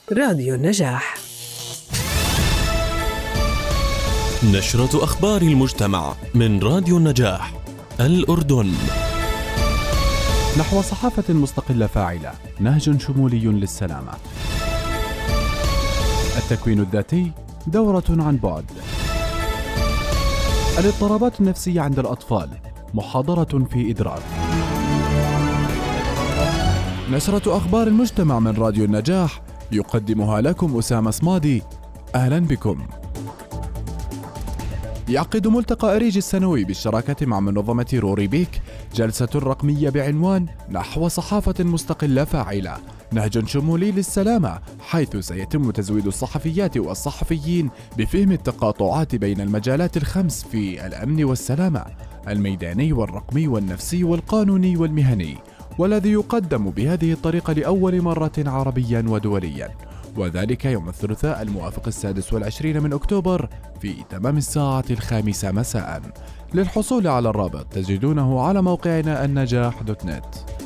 راديو النجاح. نشرة أخبار المجتمع من راديو النجاح الأردن. نحو صحافة مستقلة فاعلة، نهج شمولي للسلامة. التكوين الذاتي، دورة عن بعد. الاضطرابات النفسية عند الأطفال، محاضرة في إدراك. نشرة أخبار المجتمع من راديو النجاح يقدمها لكم أسامة صمادي. أهلا بكم. يعقد ملتقى أريج السنوي بالشراكة مع منظمة روري بيك جلسة رقمية بعنوان نحو صحافة مستقلة فاعلة، نهج شمولي للسلامة، حيث سيتم تزويد الصحفيات والصحفيين بفهم التقاطعات بين المجالات الخمس في الأمن والسلامة، الميداني والرقمي والنفسي والقانوني والمهني، والذي يقدم بهذه الطريقة لأول مرة عربيا ودوليا، وذلك يوم الثلاثاء الموافق 26 من أكتوبر في تمام الساعة 5 مساء. للحصول على الرابط تجدونه على موقعنا النجاح.net.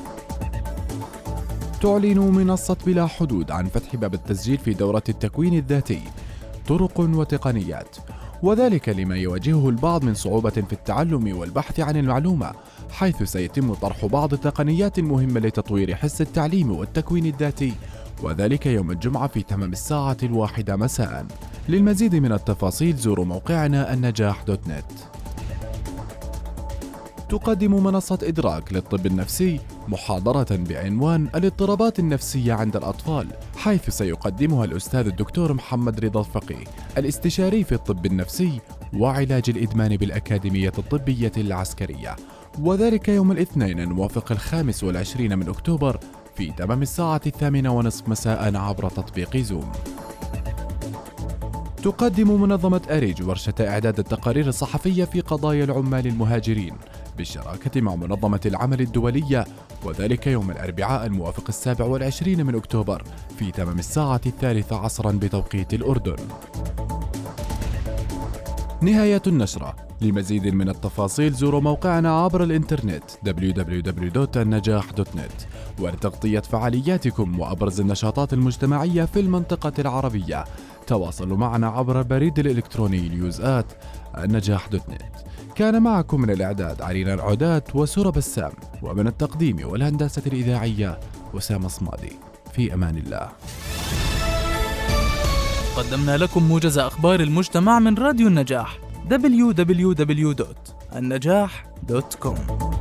تعلن منصة بلا حدود عن فتح باب التسجيل في دورة التكوين الذاتي، طرق وتقنيات، وذلك لما يواجهه البعض من صعوبة في التعلم والبحث عن المعلومة، حيث سيتم طرح بعض التقنيات المهمة لتطوير حس التعليم والتكوين الذاتي، وذلك يوم الجمعة في تمام الساعة 1 مساء. للمزيد من التفاصيل زوروا موقعنا النجاح.net. تقدم منصة إدراك للطب النفسي محاضرة بعنوان الاضطرابات النفسية عند الأطفال، حيث سيقدمها الأستاذ الدكتور محمد رضا الفقيه، الاستشاري في الطب النفسي وعلاج الإدمان بالأكاديمية الطبية العسكرية، وذلك يوم الاثنين الموافق 25 من أكتوبر في تمام الساعة 8:30 مساء عبر تطبيق زوم. تقدم منظمة أريج ورشة إعداد التقارير الصحفية في قضايا العمال المهاجرين بالشراكة مع منظمة العمل الدولية، وذلك يوم الأربعاء الموافق 27 من أكتوبر في تمام الساعة 3 عصرا بتوقيت الأردن. نهاية النشرة. لمزيد من التفاصيل زوروا موقعنا عبر الإنترنت www.النجاح.net. ولتغطية فعالياتكم وأبرز النشاطات المجتمعية في المنطقة العربية تواصلوا معنا عبر البريد الإلكتروني news@النجاح.net. كان معكم من الإعداد علينا العودات وسورة بسام، ومن التقديم والهندسة الإذاعية أسامة صمادي. في أمان الله. قدمنا لكم موجز أخبار المجتمع من راديو النجاح www.النجاح.com.